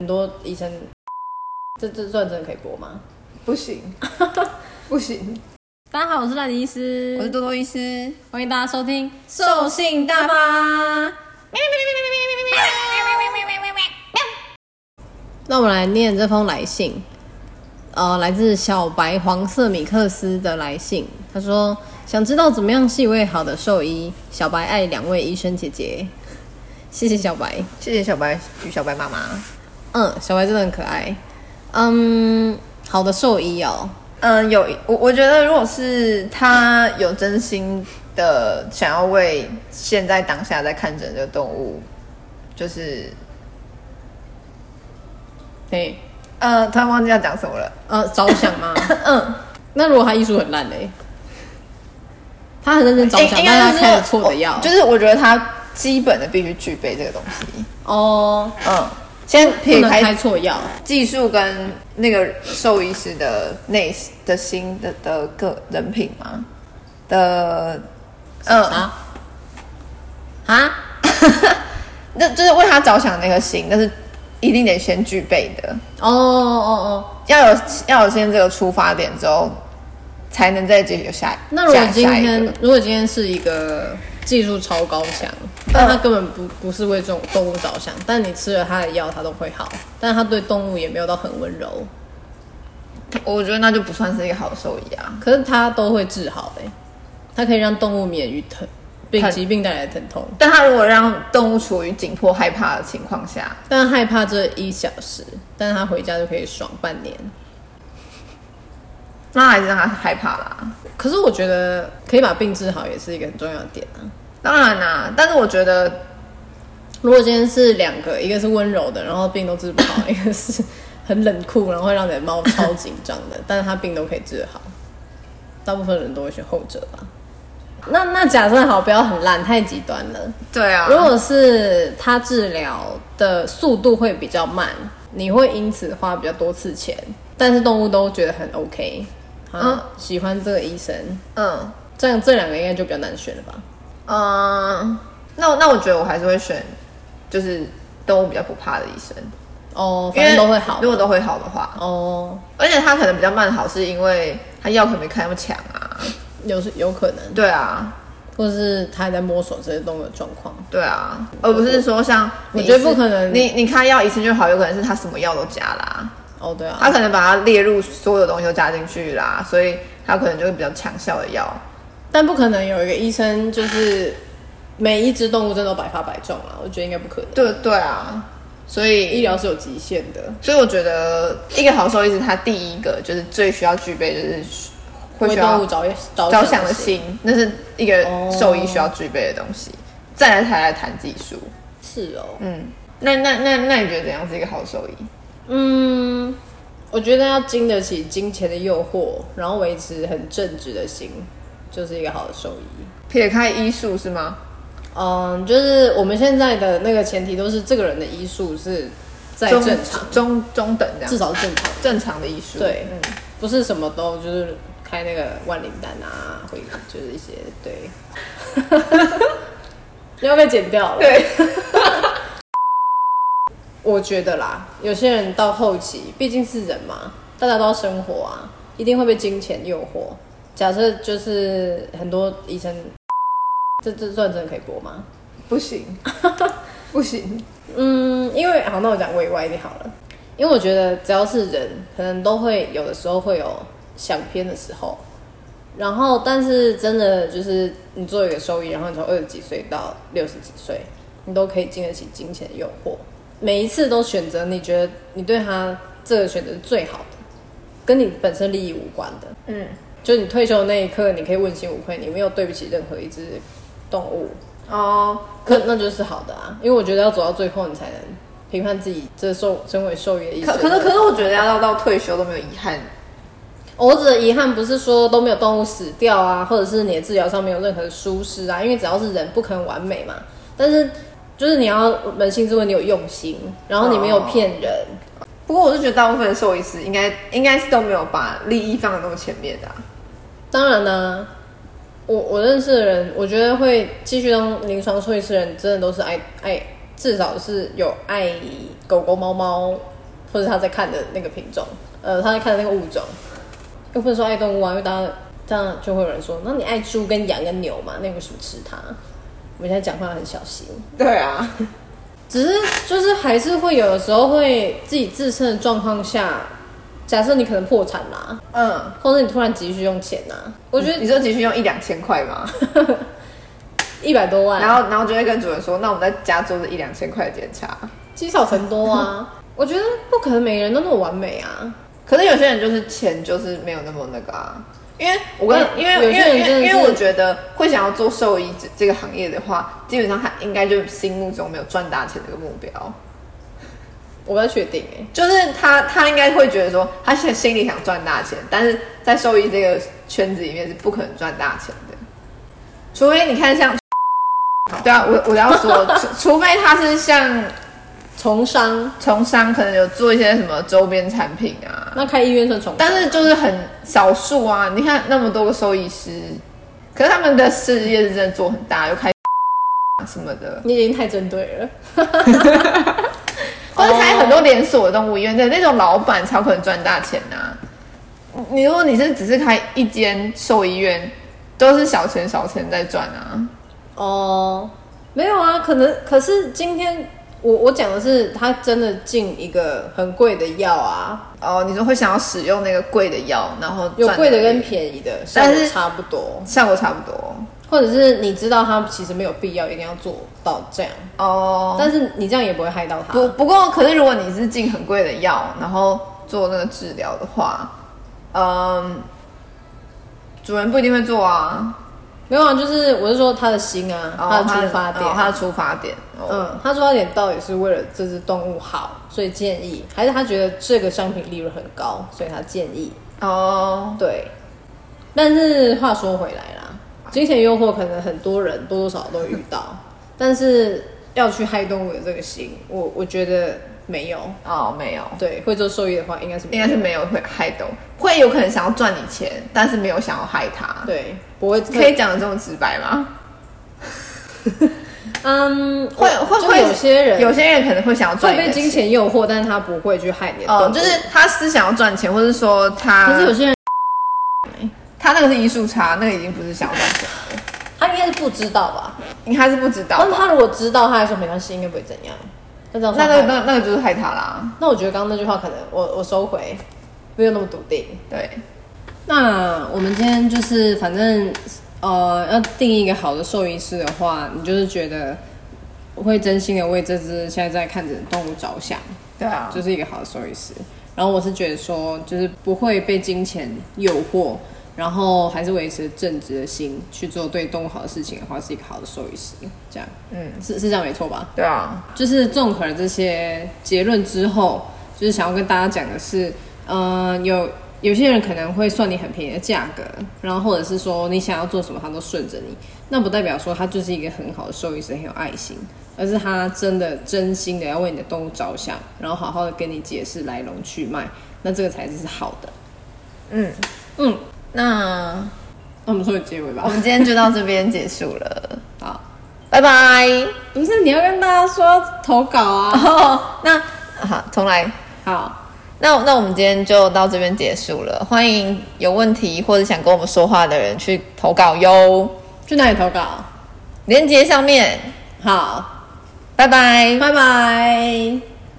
很多医生，这算真的可以播吗？ 不行，不行。 大家好，我是赖迪医师， 我是多多医师， 欢迎大家收听《兽性大发》。那我们来念这封来信，来自小白黄色米克斯的来信。他说：“想知道怎么样是一位好的兽医，小白爱2位医生姐姐。”谢谢小白， 谢谢小白与小白妈妈。 小白真的很可爱。好的兽医哦。 我觉得如果是他有真心的想要为现在当下在看诊的动物，就是对， 突然忘记要讲什么了。 着想吗？那如果他医术很烂嘞，他很认真着想，但是他开了错的药， 就是我觉得他基本的必须具备这个东西。先撇开错药， 技术跟那个兽医师的心的个人品嘛那就是为他着想那个心，但是一定得先具备的。要有先这个出发点之后，才能再接有下。 那如果今天是一个技术超高强，但他根本不是为这种动物着想，但你吃了他的药，他都会好，但他对动物也没有到很温柔， 我觉得那就不算是一个好的兽医啊。 可是他都会治好他可以让动物免于疾病带来的疼痛。 但他如果让动物处于紧迫害怕的情况下， 但害怕这1小时，但是他回家就可以爽半年， 那还是让他害怕啦。 可是我觉得可以把病治好也是一个很重要的点啊。 当然啦，但是我觉得如果今天是2个，一个是温柔的，然后病都治不好，一个是很冷酷，然后会让你的猫超紧张的，但是他病都可以治好，大部分人都会选后者吧。那假设好，不要很烂，太极端了。 对啊， 如果是他治疗的速度会比较慢，你会因此花比较多次钱，但是动物都觉得很 OK，喜欢这个医生，这样这2个应该就比较难选了吧？ 那我觉得我还是会选，就是动物比较不怕的医生。 反正都会好。 如果都会好的话，而且他可能比较慢好，是因为他药可能没开那么强啊， 有可能。 对啊， 或者是他还在摸索这些动物的状况。 对啊，而不是说像我觉得不可能， 你开药一次就好，有可能是他什么药都加啦。 对啊， 他可能把它列入所有东西都加进去啦，所以他可能就会比较强效的药。 但不可能有一个医生就是每一只动物真的都百发百中啦，我觉得应该不可能。 对啊，所以医疗是有极限的。 所以我觉得一个好兽医师，他第一个就是最需要具备，就是会需要为动物着想的心，那是一个兽医需要具备的东西。再来谈技术。 是哦。 那你觉得怎样是一个好兽医？ 我觉得要经得起金钱的诱惑，然后维持很正直的心，就是一个好的兽医。 撇开医术是吗？ 就是我们现在的那个前提都是这个人的医术是在正常中等这样，至少是正常的医术。 对，不是什么都就是开那个万灵丹啊，会就是一些对，要被剪掉了。 对。 我觉得啦，有些人到后期，毕竟是人嘛，大家都要生活啊，一定会被金钱诱惑。假设就是很多医生，这算真的可以播吗？ 不行，不行。 因为好，那我讲委婉一点好了。因为我觉得只要是人，可能都会有的时候会有想偏的时候。然后，但是真的就是你做一个兽医，然后你从20几岁到60几岁，你都可以经得起金钱的诱惑。每一次都选择你觉得你对他这个选择是最好的，跟你本身利益无关的。就你退休的那一刻，你可以问心无愧，你没有对不起任何一只动物。那就是好的啊，因为我觉得要走到最后，你才能评判自己这身为兽医的医生。 可是我觉得要到退休都没有遗憾。 我指的遗憾不是说都没有动物死掉啊，或者是你的治疗上没有任何疏失啊，因为只要是人不可能完美嘛。但是就是你要扪心自问，你有用心，然后你没有骗人。 不过我是觉得大部分的兽医师应该是都没有把利益放在那么前面的。 当然啦，我认识的人，我觉得会继续当临床兽医师的人，真的都是爱，至少是有爱狗狗、猫猫或者他在看的那个品种，他在看的那个物种，又不能说爱动物啊，因为大家这样就会有人说，那你爱猪跟羊跟牛嘛，那你为什么吃它？我们现在讲话很小心。 对啊， 只是就是还是会有的时候会自己自身的状况下，假设你可能破产啦，或者你突然急需用钱啦，我觉得你说急需用1-2千块吗 ？100多万， 然后就会跟主人说，那我们再加做这1-2千块的检查， 积少成多啊。我觉得不可能每个人都那么完美啊。 可是有些人就是钱就是没有那么那个啊。因为我觉得会想要做兽医这个行业的话，基本上他应该就心目中没有赚大钱这个目标。 我不太确定就是他应该会觉得说，他现在心里想赚大钱，但是在兽医这个圈子里面是不可能赚大钱的，除非你看像，对啊，我要说，除非他是像从商可能有做一些什么周边产品啊， 那开医院算从商， 但是就是很少数啊。你看那么多个兽医师，可是他们的事业是真的做很大，又开什么的， 你已经太针对了。 或者开很多连锁的动物医院的那种老板才有可能赚大钱啊。你如果你是只是开一间兽医院，都是小钱在赚啊。 哦，没有啊，可是今天我讲的是他真的进一个很贵的药啊。 哦，你说会想要使用那个贵的药，然后有贵的跟便宜的，但是差不多， 效果差不多。 或者是你知道他其实没有必要一定要做到这样哦，但是你这样也不会害到他。 不过，可是如果你是进很贵的药，然后做那个治疗的话，主人不一定会做啊。 没有啊，就是我是说他的心啊，他的出发点， 他的出发点， 他出发点到底是为了这只动物好，所以建议，还是他觉得这个商品利润很高，所以他建议哦，对。但是话说回来啦。金钱诱惑可能很多人多多少少都遇到，但是要去害动物的这个心，我觉得没有哦，没有。 对，会做兽医的话，应该是没有会害动物，会有可能想要赚你钱，但是没有想要害他。 对，不会。 可以讲的这么直白吗？ 会有些人可能会想要赚你的钱， 会被金钱诱惑，但是他不会去害你的动物。 就是他是想要赚钱，或是说他， 可是有些人。 他那个是医术差，那个已经不是想要赚钱了。 他应该是不知道吧？ 应该是不知道。 但是他如果知道，他还说没关系，应该不会怎样。那个就是害他啦。 那我觉得刚刚那句话可能我收回，没有那么笃定。对。那我们今天就是反正要定义一个好的兽医师的话，你就是觉得会真心的为这只现在在看着动物着想。 对啊， 就是一个好的兽医师。然后我是觉得说，就是不会被金钱诱惑。然后还是维持正直的心去做对动物好的事情的话，是一个好的兽医师。这样，是这样没错吧？ 对啊， 就是综合了这些结论之后，就是想要跟大家讲的是，有些人可能会算你很便宜的价格，然后或者是说你想要做什么，他都顺着你，那不代表说他就是一个很好的兽医师，很有爱心，而是他真心的要为你的动物着想，然后好好的跟你解释来龙去脉，那这个才是好的。那我们说结尾吧。 我们今天就到这边结束了。 好， 拜拜。 不是，你要跟大家说投稿啊。 那好，重来。 好， 那我们今天就到这边结束了。欢迎有问题或者想跟我们说话的人去投稿哟。 去哪里投稿？ 连结上面。 好， 拜拜， 拜拜。